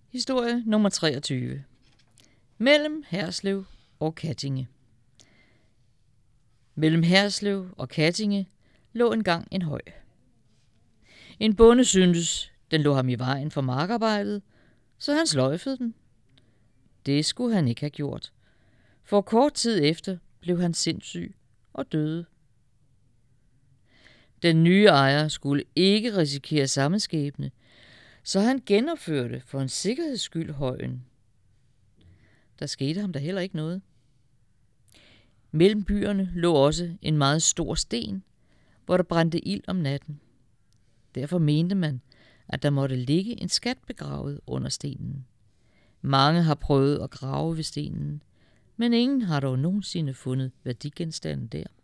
Historie nummer 23. Mellem Herslev og Kattinge. Mellem Herslev og Kattinge lå engang en høj. En bonde syntes, den lå ham i vejen for markarbejdet, så han sløjfede den. Det skulle han ikke have gjort, for kort tid efter blev han sindssyg og døde. Den nye ejer skulle ikke risikere samme skæbne, så han genopførte for en sikkerheds skyld højen. Der skete ham da heller ikke noget. Mellem byerne lå også en meget stor sten, hvor der brændte ild om natten. Derfor mente man, at der måtte ligge en skat begravet under stenen. Mange har prøvet at grave ved stenen, men ingen har dog nogensinde fundet værdigenstanden der.